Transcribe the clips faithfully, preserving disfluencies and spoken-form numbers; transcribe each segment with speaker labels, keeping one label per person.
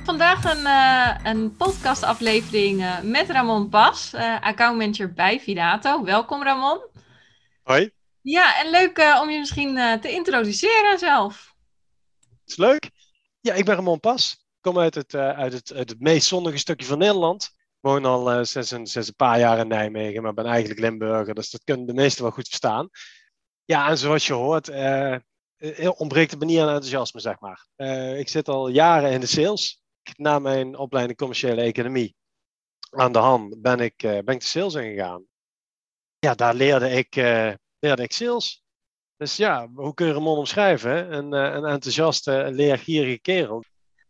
Speaker 1: Vandaag een, uh, een podcastaflevering uh, met Ramon Pas, uh, accountmanager bij Vidato. Welkom Ramon.
Speaker 2: Hoi.
Speaker 1: Ja, en leuk uh, om je misschien uh, te introduceren zelf.
Speaker 2: Is leuk. Ja, ik ben Ramon Pas. Ik kom uit het, uh, uit het, uit het meest zonnige stukje van Nederland. Ik woon al uh, sinds, een, sinds een paar jaar in Nijmegen, maar ben eigenlijk Limburger, dus dat kunnen de meesten wel goed verstaan. Ja, en zoals je hoort, uh, ontbreekt het me niet aan enthousiasme, zeg maar. Uh, ik zit al jaren in de sales. Na mijn opleiding commerciële economie aan de hand ben ik, uh, ben ik de sales ingegaan. Ja, daar leerde ik, uh, leerde ik sales. Dus ja, hoe kun je Ramon omschrijven? Hè? Een, een enthousiaste, leergierige kerel.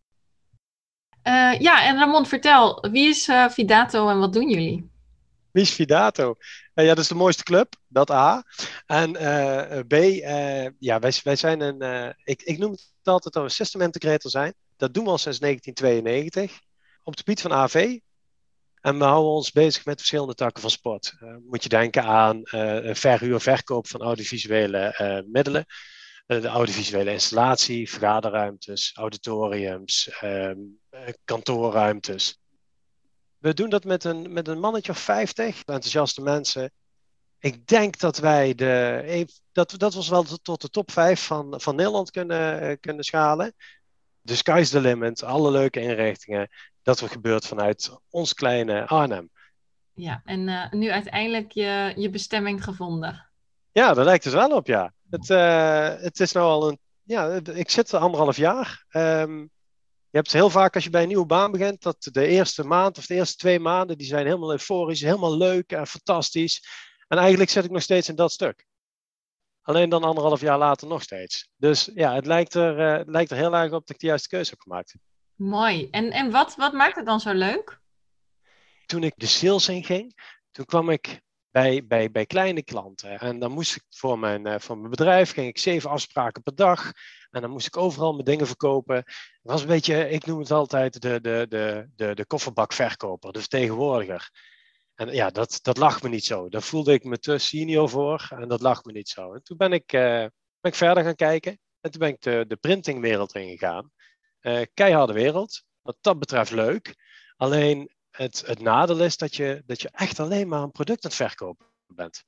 Speaker 1: Uh, ja, en Ramon, vertel, wie is uh, Vidato en wat doen jullie?
Speaker 2: Wie is Vidato? Uh, ja, dat is de mooiste club, dat A. En uh, B, uh, ja, wij, wij zijn een, uh, ik, ik noem het altijd dat we een system integrator zijn. Dat doen we al sinds negentien tweeënnegentig. Op het gebied van A V. En we houden ons bezig met verschillende takken van sport. Uh, moet je denken aan uh, verhuur, verkoop van audiovisuele uh, middelen. Uh, de audiovisuele installatie, vergaderruimtes, auditoriums, um, uh, kantoorruimtes. We doen dat met een, met een mannetje of vijftig, enthousiaste mensen. Ik denk dat wij de, dat, dat was wel tot de top vijf van, van Nederland kunnen, kunnen schalen. De sky's the limit, alle leuke inrichtingen. Dat er gebeurt vanuit ons kleine Arnhem.
Speaker 1: Ja, en uh, nu uiteindelijk je, je bestemming gevonden.
Speaker 2: Ja, daar lijkt het wel op, ja. Het, uh, het is nou al een... Ja, ik zit er anderhalf jaar. Um, je hebt heel vaak als je bij een nieuwe baan begint, dat de eerste maand of de eerste twee maanden, die zijn helemaal euforisch, helemaal leuk en fantastisch. En eigenlijk zit ik nog steeds in dat stuk. Alleen dan anderhalf jaar later nog steeds. Dus ja, het lijkt er, uh, het lijkt er heel erg op dat ik de juiste keuze heb gemaakt.
Speaker 1: Mooi. En, en wat, wat maakt het dan zo leuk?
Speaker 2: Toen ik de sales inging, toen kwam ik bij, bij, bij kleine klanten. En dan moest ik voor mijn, uh, voor mijn bedrijf, ging ik zeven afspraken per dag. En dan moest ik overal mijn dingen verkopen. Het was een beetje, ik noem het altijd de, de, de, de, de kofferbakverkoper, de vertegenwoordiger. En ja, dat, dat lag me niet zo. Daar voelde ik me te senior voor en dat lag me niet zo. En toen ben ik, uh, ben ik verder gaan kijken. En toen ben ik de, de printingwereld ingegaan. Uh, keiharde wereld. Wat dat betreft leuk. Alleen het, het nadeel is dat je, dat je echt alleen maar een product aan het verkopen bent.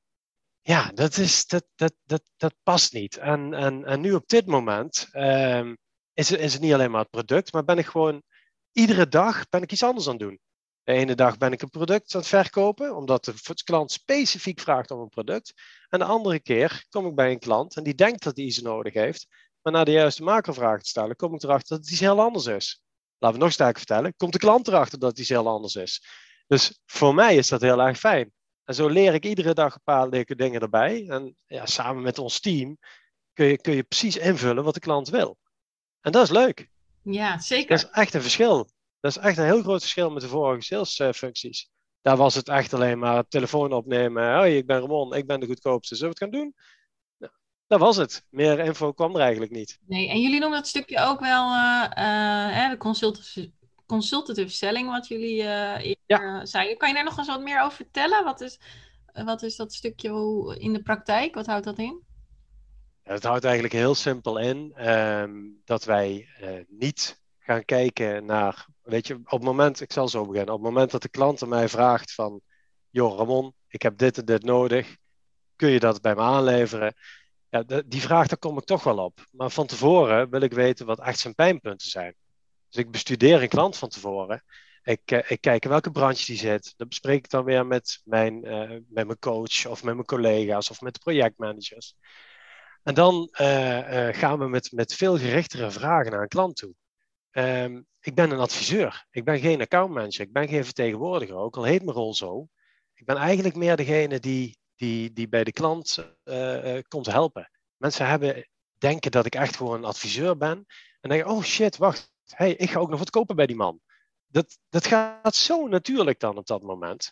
Speaker 2: Ja, dat, is, dat, dat, dat, dat past niet. En, en, en nu op dit moment um, is, het, is het niet alleen maar het product, maar ben ik gewoon iedere dag ben ik iets anders aan het doen. De ene dag ben ik een product aan het verkopen, omdat de klant specifiek vraagt om een product. En de andere keer kom ik bij een klant en die denkt dat hij iets nodig heeft. Maar na de juiste macrovraag te stellen, kom ik erachter dat het iets heel anders is. Laten we nog sterker vertellen, komt de klant erachter dat het iets heel anders is. Dus voor mij is dat heel erg fijn. En zo leer ik iedere dag een paar leuke dingen erbij. En ja, samen met ons team kun je, kun je precies invullen wat de klant wil. En dat is leuk.
Speaker 1: Ja, zeker.
Speaker 2: Dat is echt een verschil. Dat is echt een heel groot verschil met de vorige salesfuncties. Daar was het echt alleen maar telefoon opnemen. Hoi, ik ben Ramon, ik ben de goedkoopste. Zullen we het gaan doen? Nou, dat was het. Meer info kwam er eigenlijk niet.
Speaker 1: Nee, en jullie noemen dat stukje ook wel uh, uh, de consultative, consultative selling, wat jullie uh, eerder
Speaker 2: Ja.
Speaker 1: zeiden. Kan je daar nog eens wat meer over vertellen? Wat is, wat is dat stukje hoe, in de praktijk? Wat houdt dat in?
Speaker 2: Het houdt eigenlijk heel simpel in um, dat wij uh, niet gaan kijken naar, weet je, op het moment, ik zal zo beginnen, op het moment dat de klant aan mij vraagt van, joh Ramon, ik heb dit en dit nodig, kun je dat bij me aanleveren? Ja, de, die vraag, daar kom ik toch wel op. Maar van tevoren wil ik weten wat echt zijn pijnpunten zijn. Dus ik bestudeer een klant van tevoren. Ik, uh, ik kijk in welke branche die zit. Dat bespreek ik dan weer met mijn, uh, met mijn coach of met mijn collega's of met de projectmanagers. En dan uh, uh, gaan we met, met veel gerichtere vragen naar een klant toe. Um, ik ben een adviseur. Ik ben geen accountmanager. Ik ben geen vertegenwoordiger. Ook al heet mijn rol zo. Ik ben eigenlijk meer degene die, die, die bij de klant uh, uh, komt helpen. Mensen hebben, denken dat ik echt gewoon een adviseur ben. En denken, oh shit, wacht. Hey, ik ga ook nog wat kopen bij die man. Dat, dat gaat zo natuurlijk dan op dat moment.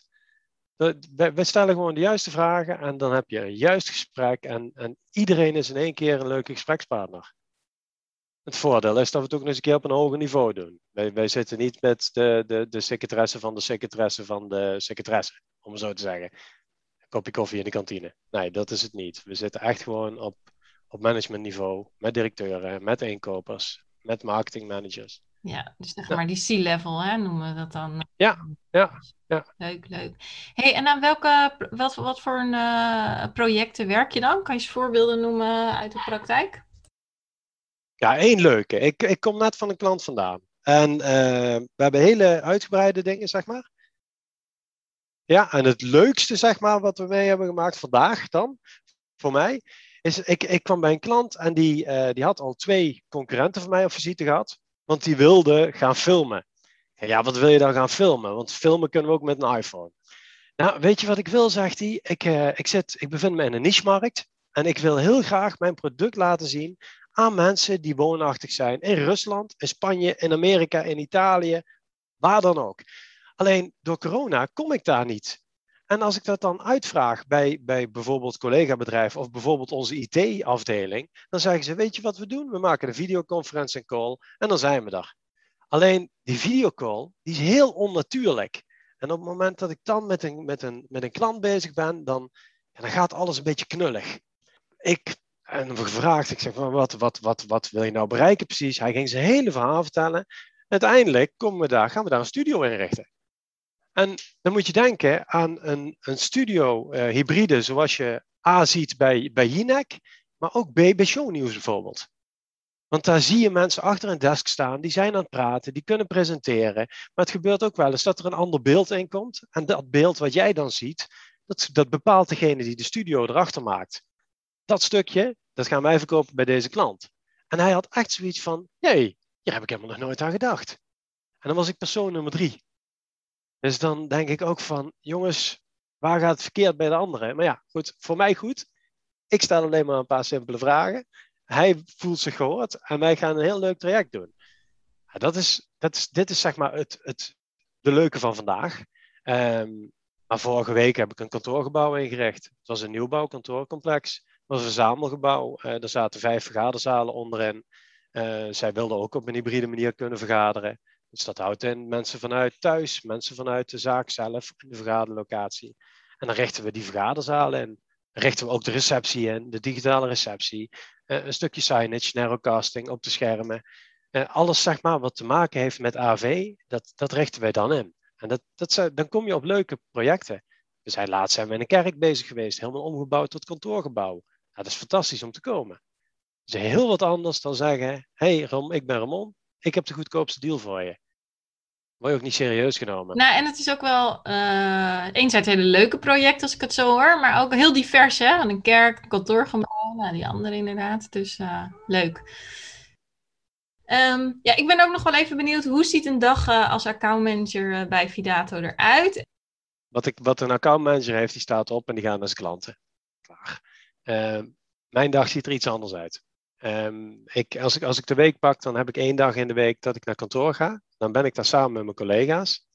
Speaker 2: We stellen gewoon de juiste vragen en dan heb je een juist gesprek en, en iedereen is in één keer een leuke gesprekspartner. Het voordeel is dat we het ook nog eens een keer op een hoger niveau doen. Wij, wij zitten niet met de, de, de secretaresse van de secretaresse van de secretaresse, om het zo te zeggen. Een kopje koffie in de kantine. Nee, dat is het niet. We zitten echt gewoon op, op managementniveau, met directeuren, met inkopers, met marketingmanagers.
Speaker 1: Ja, dus zeg
Speaker 2: Ja,
Speaker 1: maar die C-level, hè, noemen we dat dan.
Speaker 2: ja, ja. Ja.
Speaker 1: Leuk, leuk. Hey, en aan welke, wat, wat voor een, eh, projecten werk je dan? Kan je eens voorbeelden noemen uit de praktijk?
Speaker 2: Ja, één leuke. Ik, ik kom net van een klant vandaan. En uh, we hebben hele uitgebreide dingen, zeg maar. Ja, en het leukste, zeg maar, wat we mee hebben gemaakt vandaag dan, voor mij, is ik, ik kwam bij een klant en die, uh, die had al twee concurrenten van mij op visite gehad, want die wilde gaan filmen. Ja, wat wil je dan gaan filmen? Want filmen kunnen we ook met een iPhone. Nou, weet je wat ik wil, zegt hij? Ik, uh, ik, zit, ik bevind me in een niche-markt en ik wil heel graag mijn product laten zien aan mensen die woonachtig zijn in Rusland, in Spanje, in Amerika, in Italië, waar dan ook. Alleen door corona kom ik daar niet. En als ik dat dan uitvraag bij, bij bijvoorbeeld collega-bedrijven of bijvoorbeeld onze I T-afdeling, dan zeggen ze, weet je wat we doen? We maken een videoconferentie call en dan zijn we er. Alleen die videocall, die is heel onnatuurlijk. En op het moment dat ik dan met een, met een, met een klant bezig ben, dan, ja, dan gaat alles een beetje knullig. Ik en gevraagd, ik zeg, wat, wat, wat, wat wil je nou bereiken precies? Hij ging zijn hele verhaal vertellen. Uiteindelijk komen we daar, gaan we daar een studio inrichten. En dan moet je denken aan een, een studio uh, hybride, zoals je A ziet bij, bij Jinek, maar ook B bij Shownieuws bijvoorbeeld. Want daar zie je mensen achter een desk staan, die zijn aan het praten, die kunnen presenteren. Maar het gebeurt ook wel eens dat er een ander beeld in komt. En dat beeld wat jij dan ziet, dat, dat bepaalt degene die de studio erachter maakt. Dat stukje, dat gaan wij verkopen bij deze klant. En hij had echt zoiets van, jee, hier heb ik helemaal nog nooit aan gedacht. En dan was ik persoon nummer drie. Dus dan denk ik ook van, jongens, waar gaat het verkeerd bij de anderen? Maar ja, goed, voor mij goed. Ik stel alleen maar een paar simpele vragen. Hij voelt zich gehoord en wij gaan een heel leuk traject doen. Ja, dat is, dat is, dit is zeg maar het, het, de leuke van vandaag. Um, maar vorige week heb ik een kantoorgebouw ingericht. Het was een nieuwbouwkantoorcomplex. Het was een verzamelgebouw. Uh, er zaten vijf vergaderzalen onderin. Uh, zij wilden ook op een hybride manier kunnen vergaderen. Dus dat houdt in mensen vanuit thuis, mensen vanuit de zaak zelf, in de vergaderlocatie. En dan richten we die vergaderzalen in. Dan richten we ook de receptie in, de digitale receptie. Uh, een stukje signage, narrowcasting op de schermen. Uh, alles zeg maar wat te maken heeft met A V, dat, dat richten wij dan in. En dat, dat, dan kom je op leuke projecten. Dus hij laatst zijn we in een kerk bezig geweest, helemaal omgebouwd tot kantoorgebouw. Nou, dat is fantastisch om te komen. Dat is heel wat anders dan zeggen, hey Rom, ik ben Ramon, ik heb de goedkoopste deal voor je. Word je ook niet serieus genomen.
Speaker 1: Nou, en het is ook wel uh, enerzijds hele leuke project als ik het zo hoor, maar ook heel divers, hè? Een kerk, een kantoorgebouw, nou, die andere inderdaad. Dus uh, leuk. Um, ja, ik ben ook nog wel even benieuwd, hoe ziet een dag uh, als accountmanager uh, bij Vidato eruit?
Speaker 2: Wat, ik, wat een accountmanager heeft, die staat op en die gaat naar zijn klanten. Klaar. Uh, mijn dag ziet er iets anders uit. Um, ik, als, ik, als ik de week pak, dan heb ik één dag in de week dat ik naar kantoor ga. Dan ben ik daar samen met mijn collega's.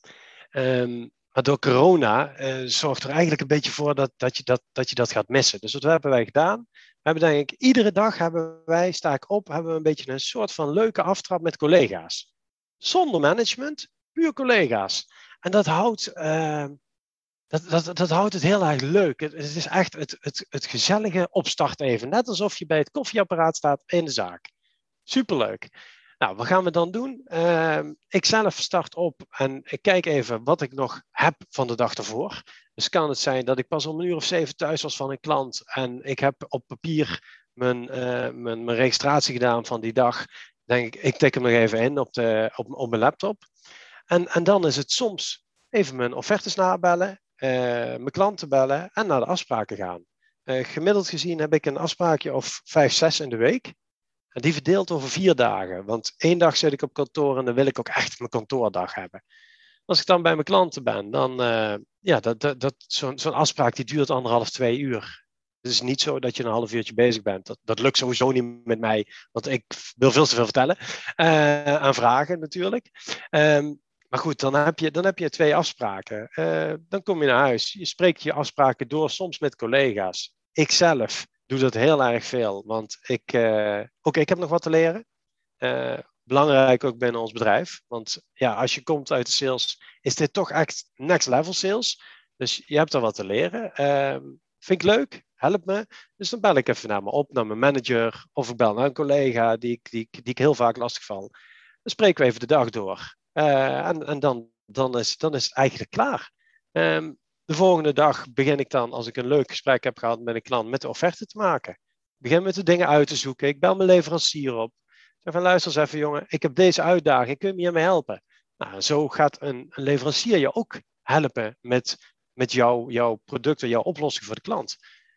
Speaker 2: Um, maar door corona uh, zorgt er eigenlijk een beetje voor dat, dat, je dat, dat je dat gaat missen. Dus wat hebben wij gedaan? We hebben denk ik, iedere dag hebben wij, sta ik op, hebben we een beetje een soort van leuke aftrap met collega's. Zonder management, puur collega's. En dat houdt, uh, dat, dat, dat houdt het heel erg leuk. Het, het is echt het, het, het gezellige opstart even. Net alsof je bij het koffieapparaat staat in de zaak. Superleuk. Nou, wat gaan we dan doen? Uh, ik zelf start op en ik kijk even wat ik nog heb van de dag ervoor. Dus kan het zijn dat ik pas om een uur of zeven thuis was van een klant en ik heb op papier mijn, uh, mijn, mijn registratie gedaan van die dag. Denk ik, ik tik hem nog even in op, de, op, op mijn laptop. En, en dan is het soms even mijn offertes nabellen, uh, mijn klanten bellen en naar de afspraken gaan. Uh, gemiddeld gezien heb ik een afspraakje of vijf, zes in de week. En die verdeelt over vier dagen. Want één dag zit ik op kantoor en dan wil ik ook echt mijn kantoordag hebben. Als ik dan bij mijn klanten ben, dan uh, ja, dat, dat, dat, zo'n, zo'n afspraak die duurt anderhalf, twee uur. Het is niet zo dat je een half uurtje bezig bent. Dat, dat lukt sowieso niet met mij, want ik wil veel te veel vertellen. Uh, aan vragen natuurlijk. Um, maar goed, dan heb je, dan heb je twee afspraken. Uh, dan kom je naar huis. Je spreekt je afspraken door, soms met collega's. Ikzelf doe dat heel erg veel, want ik, uh, ook ik heb nog wat te leren. Uh, belangrijk ook binnen ons bedrijf, want ja, als je komt uit de sales, is dit toch echt next level sales. Dus je hebt er wat te leren. Uh, vind ik leuk, help me. Dus dan bel ik even naar me op, naar mijn manager, of ik bel naar een collega die ik, die, die ik heel vaak lastig val. Dan spreken we even de dag door. Uh, en en dan, dan, is, dan is het eigenlijk klaar. Um, de volgende dag begin ik dan, als ik een leuk gesprek heb gehad met een klant, met de offerte te maken. Ik begin met de dingen uit te zoeken. Ik bel mijn leverancier op. Ik zeg van, luister eens even jongen, ik heb deze uitdaging, kun je me hiermee helpen? Nou, zo gaat een, een leverancier je ook helpen met, met jouw, jouw producten, jouw oplossing voor de klant.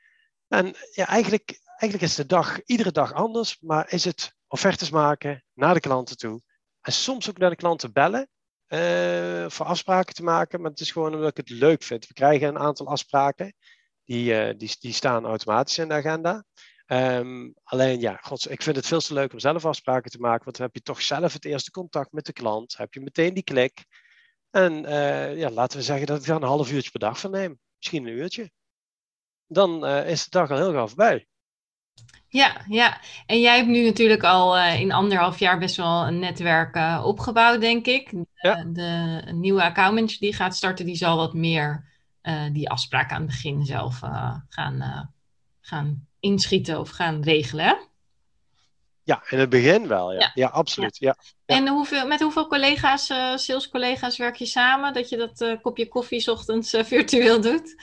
Speaker 2: En ja, eigenlijk, eigenlijk is de dag iedere dag anders, maar is het offertes maken naar de klanten toe. En soms ook naar de klanten bellen uh, voor afspraken te maken, maar het is gewoon omdat ik het leuk vind. We krijgen een aantal afspraken, die, uh, die, die staan automatisch in de agenda. Um, alleen ja, gods, ik vind het veel te leuk om zelf afspraken te maken, want dan heb je toch zelf het eerste contact met de klant, heb je meteen die klik. En uh, ja, laten we zeggen dat ik daar een half uurtje per dag van neem, misschien een uurtje. Dan uh, is de dag al heel gauw voorbij.
Speaker 1: Ja, ja. En jij hebt nu natuurlijk al uh, in anderhalf jaar best wel een netwerk uh, opgebouwd, denk ik. De,
Speaker 2: ja.
Speaker 1: de nieuwe accountmanager die gaat starten, die zal wat meer uh, die afspraak aan het begin zelf uh, gaan, uh, gaan inschieten of gaan regelen, hè?
Speaker 2: Ja, in het begin wel, ja.
Speaker 1: Ja,
Speaker 2: ja absoluut. Ja.
Speaker 1: Ja. En hoeveel, met hoeveel collega's, uh, salescollega's werk je samen, dat je dat uh, kopje koffie 's ochtends uh, virtueel dout?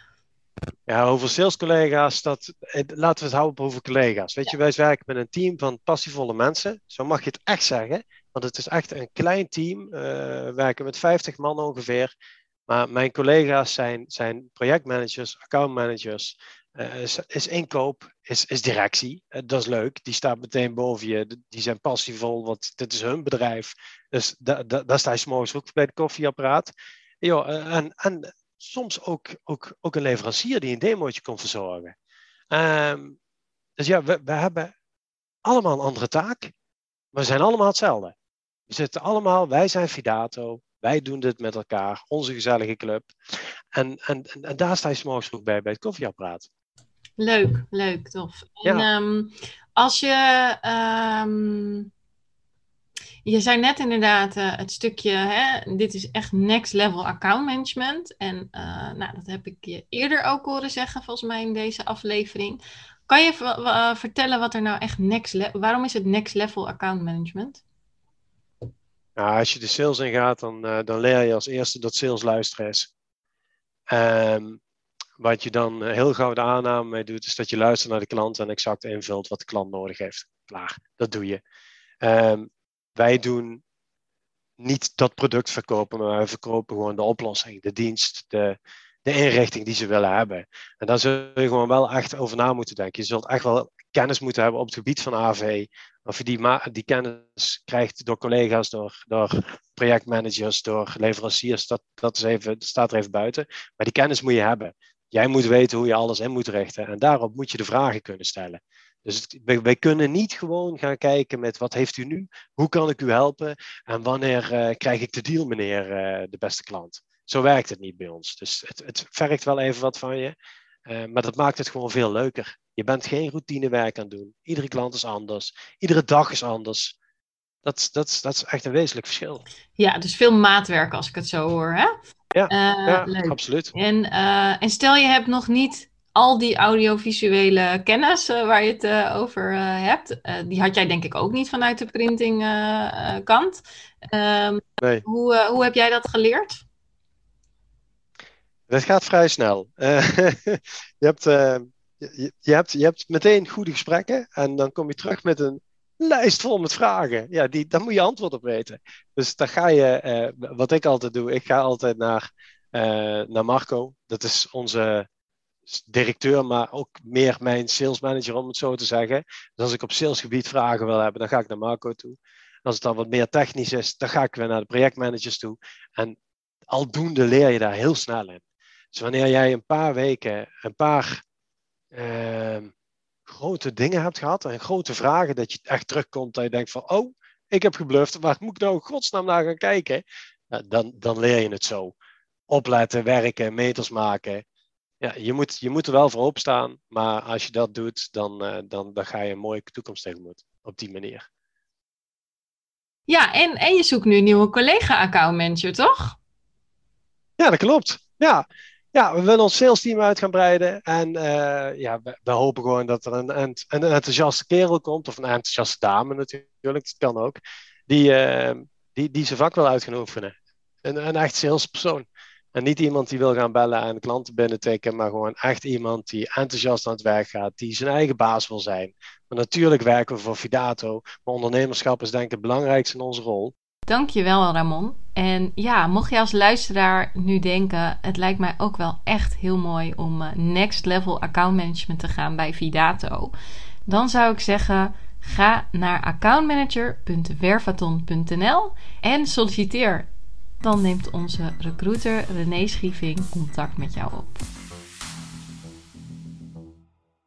Speaker 2: Ja, over salescollega's, dat, laten we het houden over collega's. Weet je, wij werken met een team van passievolle mensen. Zo mag je het echt zeggen. Want het is echt een klein team. Uh, we werken met vijftig man ongeveer. Maar mijn collega's zijn, zijn projectmanagers, accountmanagers. Uh, is, is inkoop, is, is directie. Uh, dat is leuk. Die staat meteen boven je. Die zijn passievol, want dit is hun bedrijf. Dus da, da, daar sta je 's morgens ook bij het koffieapparaat. Jo, uh, en... en soms ook, ook, ook een leverancier die een demootje kon verzorgen. Um, dus ja, we, we hebben allemaal een andere taak. Maar we zijn allemaal hetzelfde. We zitten allemaal, wij zijn Fidato. Wij doen dit met elkaar. Onze gezellige club. En, en, en daar sta je 's morgens ook bij, bij het koffieapparaat.
Speaker 1: Leuk, leuk, tof. En
Speaker 2: ja.
Speaker 1: um, als je... Um... Je zei net inderdaad uh, het stukje, hè, dit is echt next level account management. En uh, nou, dat heb ik je eerder ook horen zeggen, volgens mij in deze aflevering. Kan je v- uh, vertellen wat er nou echt next level, waarom is het next level account management?
Speaker 2: Nou, als je de sales ingaat, dan, uh, dan leer je als eerste dat sales luisteren is. Um, wat je dan heel gauw de aanname mee doet, is dat je luistert naar de klant en exact invult wat de klant nodig heeft. Klaar, dat doe je. Um, Wij doen niet dat product verkopen, maar wij verkopen gewoon de oplossing, de dienst, de, de inrichting die ze willen hebben. En daar zul je gewoon wel echt over na moeten denken. Je zult echt wel kennis moeten hebben op het gebied van A V. Of je die, ma- die kennis krijgt door collega's, door, door projectmanagers, door leveranciers, dat, dat, is even, dat staat er even buiten. Maar die kennis moet je hebben. Jij moet weten hoe je alles in moet richten. En daarop moet je de vragen kunnen stellen. Dus wij, wij kunnen niet gewoon gaan kijken met wat heeft u nu, hoe kan ik u helpen en wanneer uh, krijg ik de deal, meneer uh, de beste klant. Zo werkt het niet bij ons. Dus het, het vergt wel even wat van je, uh, maar dat maakt het gewoon veel leuker. Je bent geen routinewerk aan het doen. Iedere klant is anders, iedere dag is anders. Dat, dat, dat is echt een wezenlijk verschil.
Speaker 1: Ja, dus veel maatwerk als ik het zo hoor, hè?
Speaker 2: Ja,
Speaker 1: uh,
Speaker 2: ja
Speaker 1: leuk.
Speaker 2: absoluut.
Speaker 1: En, uh, en stel je hebt nog niet al die audiovisuele kennis uh, waar je het uh, over uh, hebt, uh, die had jij denk ik ook niet vanuit de printing uh, uh, kant. Um,
Speaker 2: nee.
Speaker 1: hoe, uh, hoe heb jij dat geleerd?
Speaker 2: Dat gaat vrij snel. Uh, je, hebt, uh, je, je, hebt, je hebt meteen goede gesprekken en dan kom je terug met een lijst vol met vragen. Ja, die, daar moet je antwoord op weten. Dus daar ga je, uh, wat ik altijd doe, ik ga altijd naar, uh, naar Marco. Dat is onze directeur, maar ook meer mijn sales manager, om het zo te zeggen. Dus als ik op salesgebied vragen wil hebben, dan ga ik naar Marco toe. Als het dan wat meer technisch is, dan ga ik weer naar de projectmanagers toe. En aldoende leer je daar heel snel in. Dus wanneer jij een paar weken, een paar uh, grote dingen hebt gehad en grote vragen, dat je echt terugkomt en je denkt van, oh, ik heb gebluft, waar moet ik nou in godsnaam naar gaan kijken? Nou, dan, dan leer je het zo. Opletten, werken, meters maken. Ja, je moet, je moet er wel voor opstaan, maar als je dat doet, dan, uh, dan, dan ga je een mooie toekomst tegemoet. Op die manier.
Speaker 1: Ja, en, en je zoekt nu een nieuwe collega-accountmanager, toch?
Speaker 2: Ja, dat klopt. Ja. Ja, we willen ons sales team uit gaan breiden. En uh, ja, we, we hopen gewoon dat er een, een, een enthousiaste kerel komt. Of een enthousiaste dame natuurlijk, dat kan ook. die, uh, die, die zijn vak wil uit gaan oefenen. Een, een echt salespersoon. En niet iemand die wil gaan bellen en klanten binnentikken, maar gewoon echt iemand die enthousiast aan het werk gaat, die zijn eigen baas wil zijn. Maar natuurlijk werken we voor Fidato, maar ondernemerschap is denk ik het belangrijkste in onze rol.
Speaker 1: Dankjewel, Ramon. En ja, mocht je als luisteraar nu denken, het lijkt mij ook wel echt heel mooi om uh, next level account management te gaan bij Fidato, dan zou ik zeggen, ga naar accountmanager punt wervathon punt n l en solliciteer. Dan neemt onze recruiter René Schieving contact met jou op.